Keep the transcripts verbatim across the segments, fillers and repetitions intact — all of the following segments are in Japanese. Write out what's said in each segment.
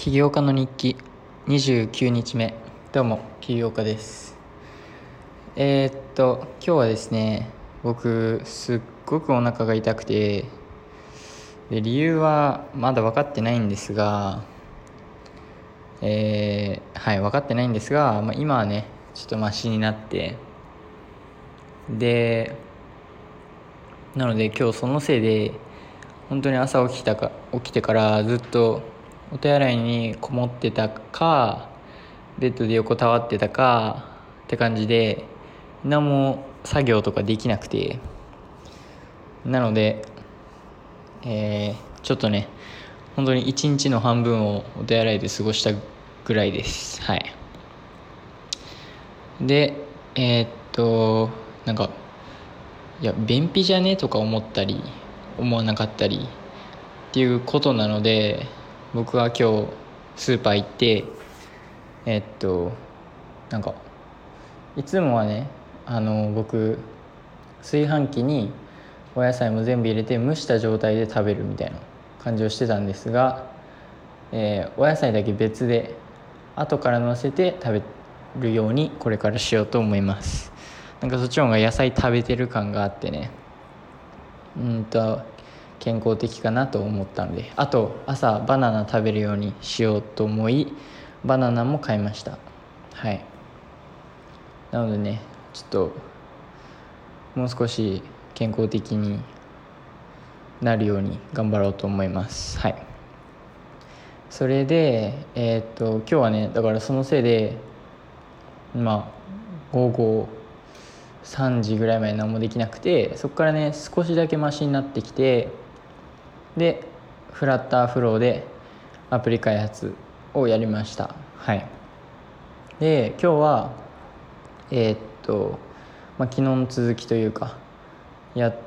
起業家の日記にじゅうきゅうにちめ。どうも起業家です。えー、っと今日はですね、僕すっごくお腹が痛くて、で理由はまだ分かってないんですがえー、はい分かってないんですが、まあ、今はねちょっとマシになって、でなので今日そのせいで本当に朝起きたか起きてからずっとお手洗いにこもってたか、ベッドで横たわってたかって感じで、何も作業とかできなくて、なので、えー、ちょっとね本当に一日の半分をお手洗いで過ごしたぐらいです。はい。でえー、っとなんかいや便秘じゃねとか思ったり思わなかったりっていうことなので、僕は今日スーパー行ってえっとなんかいつもはねあの僕炊飯器にお野菜も全部入れて蒸した状態で食べるみたいな感じをしてたんですが、えー、お野菜だけ別で後から乗せて食べるようにこれからしようと思います。なんかそっちの方が野菜食べてる感があってね、うんと健康的かなと思ったので、あと朝バナナ食べるようにしようと思いバナナも買いました。はい。なのでねちょっともう少し健康的になるように頑張ろうと思います。はい。それでえー、っと今日はねだからそのせいでまあ午後さんじぐらいまで何もできなくて、そこからね少しだけマシになってきて、でフラッターフローでアプリ開発をやりました。はい。で今日はえー、っと、まあ、昨日の続きというかやって、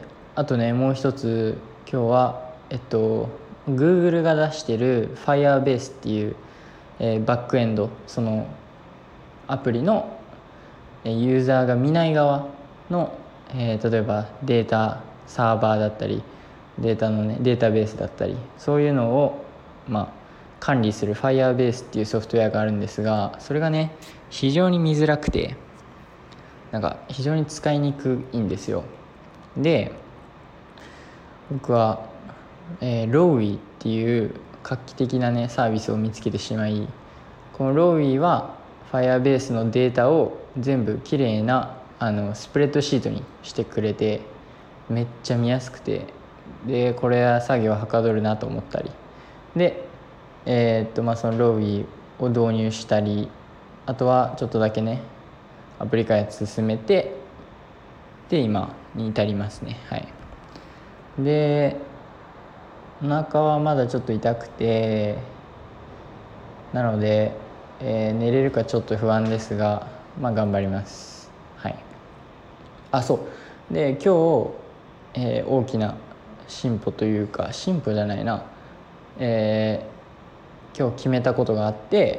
あとねもう一つ今日はえっと Google が出してる Firebase っていう、えー、バックエンド、そのアプリのユーザーが見ない側の、えー、例えばデータサーバーだったりデータのねデータベースだったり、そういうのをまあ管理する Firebase っていうソフトウェアがあるんですが、それがね非常に見づらくてなんか非常に使いにくいんですよ。で僕は、えー、ローウィーっていう画期的なねサービスを見つけてしまい、このローウィーは Firebase のデータを全部きれいなあのスプレッドシートにしてくれて、めっちゃ見やすくて、でこれは作業はかどるなと思ったりで、えー、っとまあそのローウィーを導入したり、あとはちょっとだけねアプリ開発進めて、で今に至りますね。はい。でお腹はまだちょっと痛くて、なので、えー、寝れるかちょっと不安ですが、まあ頑張ります。はい。あ、そうで今日、えー、大きな進歩というか進歩じゃないな、えー、今日決めたことがあって、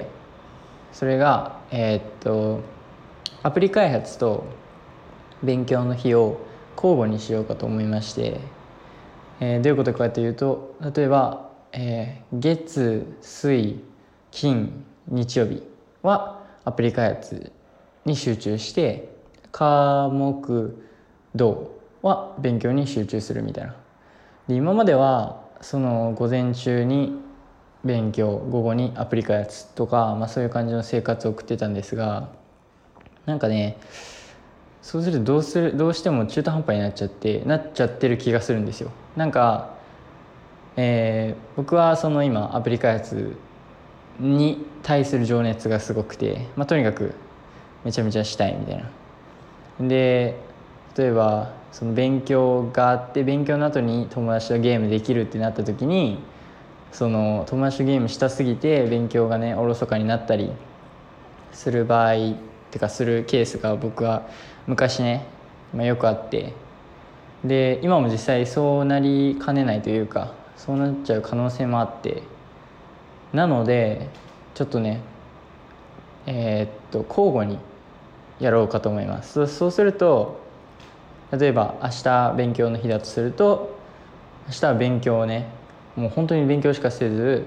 それがえー、っとアプリ開発と勉強の日を交互にしようかと思いまして、えー、どういうことかというと、例えば、えー、月水金日曜日はアプリ開発に集中して、火木土は勉強に集中するみたいな。で今まではその午前中に勉強、午後にアプリ開発とか、まあ、そういう感じの生活を送ってたんですが、なんかねそうするとどうするどうしても中途半端になっちゃってなっちゃってる気がするんですよ。なんか、えー、僕はその今アプリ開発に対する情熱がすごくて、まあ、とにかくめちゃめちゃしたいみたいな。で例えばその勉強があって、勉強の後に友達とゲームできるってなった時に、その友達とゲームしたすぎて勉強がねおろそかになったりする場合ってかするケースが僕は昔ね、まあ、よくあって、で今も実際そうなりかねないというかそうなっちゃう可能性もあって、なのでちょっとねえー、っと交互にやろうかと思います。そうすると例えば明日勉強の日だとすると、明日は勉強をねもう本当に勉強しかせず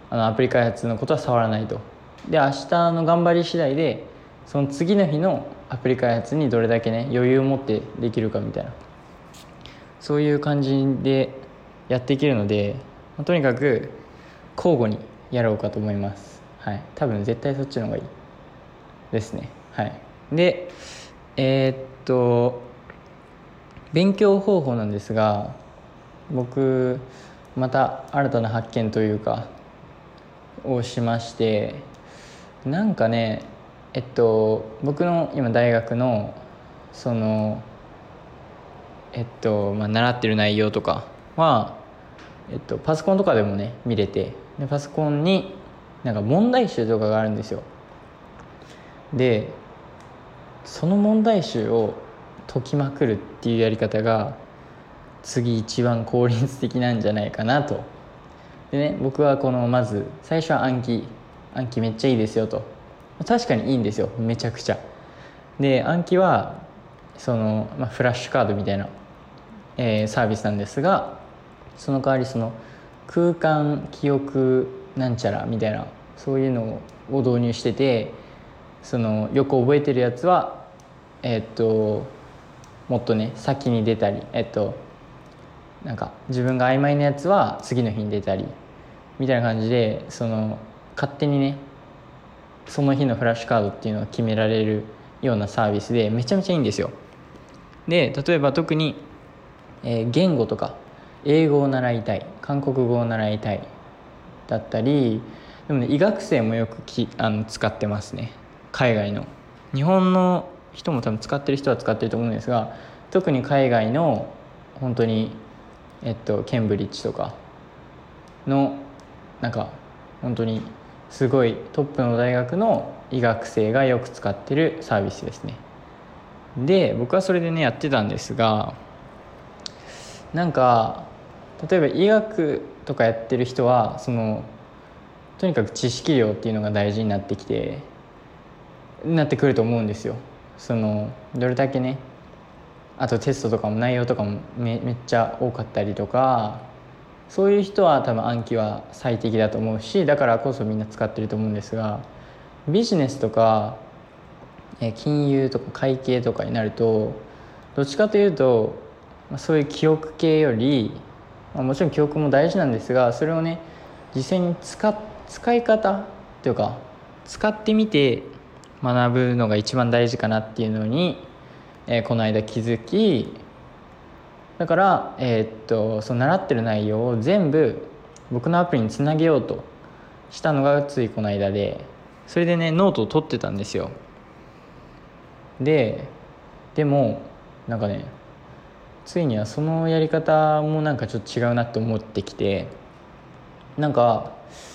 あのアプリ開発のことは触らないと。で明日の頑張り次第でその次の日のアプリ開発にどれだけね余裕を持ってできるかみたいな、そういう感じでやっていけるので、まあ、とにかく交互にやろうかと思います。はい、多分絶対そっちの方がいいですね。はい、でえー、っと勉強方法なんですが、僕また新たな発見というかをしまして、なんかねえっと僕の今大学のそのえっとまあ習ってる内容とかは、えっと、パソコンとかでもね見れて、でパソコンになんか問題集とかがあるんですよ。でその問題集を解きまくるっていうやり方が次一番効率的なんじゃないかなと。でね、僕はこのまず最初は暗記暗記めっちゃいいですよと。確かにいいんですよ、めちゃくちゃ。で暗記はその、まあ、フラッシュカードみたいな、えー、サービスなんですが、その代わりその空間記憶なんちゃらみたいな、そういうのを導入してて、そのよく覚えてるやつはえー、っともっとね先に出たり、えっとなんか自分が曖昧なやつは次の日に出たりみたいな感じで、その勝手にねその日のフラッシュカードっていうのを決められるようなサービスでめちゃめちゃいいんですよ。で例えば特に、えー、言語とか英語を習いたい、韓国語を習いたいだったり、でもね医学生もよくきあの使ってますね。海外の、日本の人も多分使ってる人は使ってると思うんですが、特に海外の本当にえっとケンブリッジとかのなんか本当にすごいトップの大学の医学生がよく使ってるサービスですね。で僕はそれでねやってたんですが、なんか例えば医学とかやってる人はそのとにかく知識量っていうのが大事になってきてなってくると思うんですよ。そのどれだけね、あとテストとかも内容とかも め, めっちゃ多かったりとか、そういう人は多分暗記は最適だと思うし、だからこそみんな使ってると思うんですが、ビジネスとか金融とか会計とかになるとどっちかというとそういう記憶系より、もちろん記憶も大事なんですが、それをね実際に 使, 使い方というか使ってみて学ぶのが一番大事かなっていうのに、えー、この間気づき、だから、えー、っとその習ってる内容を全部僕のアプリにつなげようとしたのがついこの間で、それでねノートを取ってたんですよ。ででもなんかねついにはそのやり方もなんかちょっと違うなって思ってきて、なんか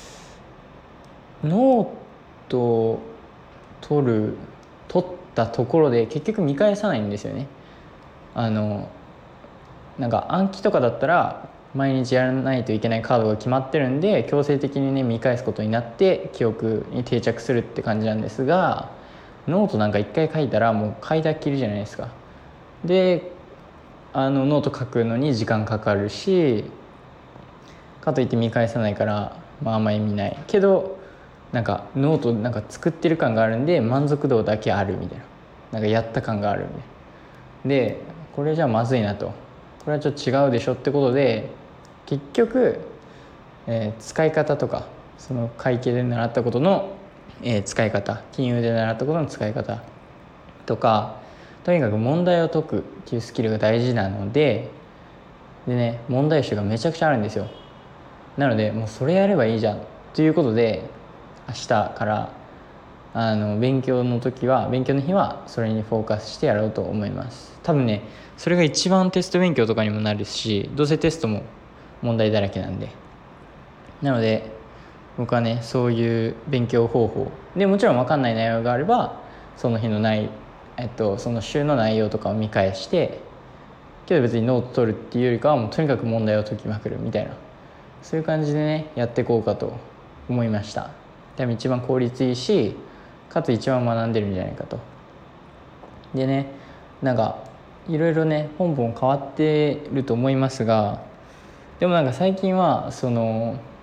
ノートを取る取ったところで結局見返さないんですよね。あのなんか暗記とかだったら毎日やらないといけないカードが決まってるんで強制的にね見返すことになって記憶に定着するって感じなんですが、ノートなんか一回書いたらもう書いたっきりじゃないですか。であのノート書くのに時間かかるし、かといって見返さないから、まあ、あんまり意味ないけど、なんかノートなんか作ってる感があるんで満足度だけあるみたいな、なんかやった感があるみたいな。でこれじゃまずいなと、これはちょっと違うでしょってことで結局、えー、使い方とかその会計で習ったことの、えー、使い方、金融で習ったことの使い方とか、とにかく問題を解くっていうスキルが大事なので、でね問題集がめちゃくちゃあるんですよ。なのでもうそれやればいいじゃんということで、明日からあの勉強の時は勉強の日はそれにフォーカスしてやろうと思います。多分ねそれが一番テスト勉強とかにもなるし、どうせテストも問題だらけなんで、なので僕はねそういう勉強方法で、もちろん分かんない内容があればその日のない、えっと、その週の内容とかを見返して、けど別にノート取るっていうよりかはもうとにかく問題を解きまくるみたいな、そういう感じでねやっていこうかと思いました。多分一番効率いいし、かつ一番学んでるんじゃないかと。でねなんかいろいろね本本変わってると思いますが、でもなんか最近はその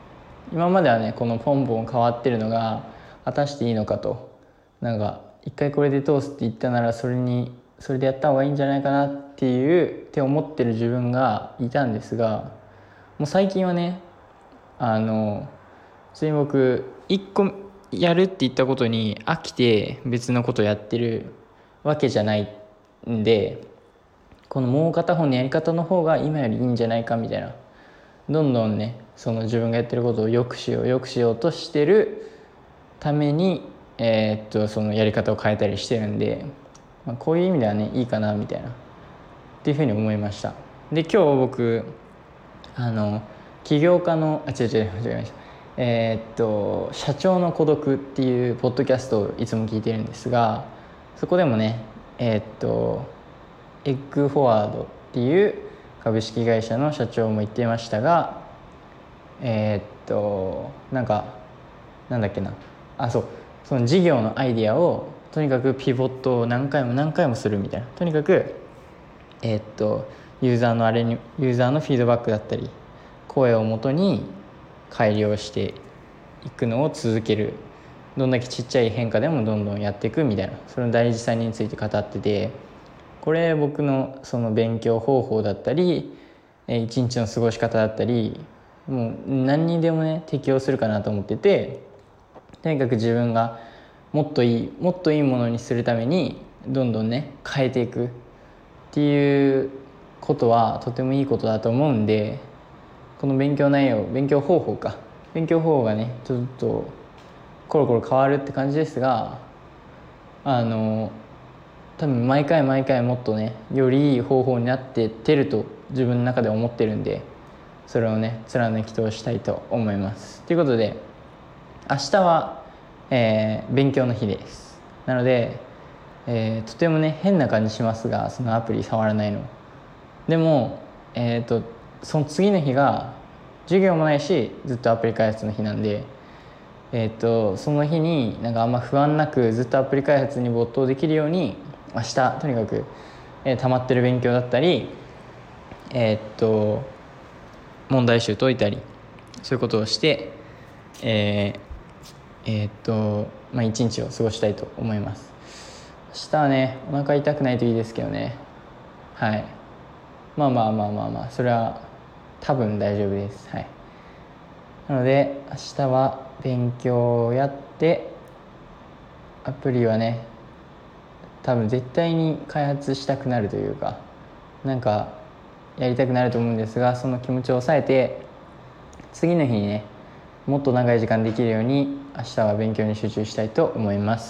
今まではねこのポンポン変わってるのが果たしていいのかと、なんか一回これで通すって言ったならそれにそれでやった方がいいんじゃないかなっていうって思ってる自分がいたんですが、もう最近はねあの普通に僕一個やるって言ったことに飽きて別のことやってるわけじゃないんで、このもう片方のやり方の方が今よりいいんじゃないかみたいな、どんどんねその自分がやってることを良くしよう良くしようとしてるために、えー、っとそのやり方を変えたりしてるんで、まあ、こういう意味ではねいいかなみたいなっていうふうに思いました。で今日僕あの起業家のあ違う違う違いましたえー、っと社長の孤独っていうポッドキャストをいつも聞いてるんですが、そこでもねえー、っとエッグフォワードっていう株式会社の社長も言っていましたが、えー、っとなんかなんだっけなあそうその事業のアイディアをとにかくピボットを何回も何回もするみたいな、とにかくえー、っとユーザーのあれにユーザーのフィードバックだったり声をもとに改良していくのを続ける、どんだけちっちゃい変化でもどんどんやっていくみたいな、その大事さについて語ってて、これ僕のその勉強方法だったり一日の過ごし方だったりもう何にでもね適用するかなと思ってて、とにかく自分がもっといいもっといいものにするためにどんどんね変えていくっていうことはとてもいいことだと思うんで、この勉強内容勉強方法か勉強方法がねちょっとコロコロ変わるって感じですが、あの多分毎回毎回もっとねよりいい方法になってってると自分の中で思ってるんで、それをね貫き通したいと思います。ということで明日は、えー、勉強の日です。なので、えー、とてもね変な感じしますが、そのアプリ触らないのでも、えー、とその次の日が授業もないしずっとアプリ開発の日なんで、えー、とその日になんかあんま不安なくずっとアプリ開発に没頭できるように明日とにかく、えー、溜まってる勉強だったり、えー、っと問題集解いたりそういうことをして、えー、えー、っとまあ一日を過ごしたいと思います。明日はねお腹痛くないといいですけどね。はい。まあまあまあまあまあそれは多分大丈夫です。はい。なので明日は勉強をやってアプリはね多分絶対に開発したくなるというかなんかやりたくなると思うんですが、その気持ちを抑えて次の日にねもっと長い時間できるように明日は勉強に集中したいと思います。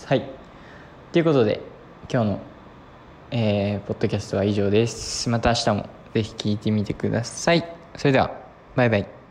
はい。ということで今日の、えー、ポッドキャストは以上です。また明日もぜひ聞いてみてください。それではバイバイ。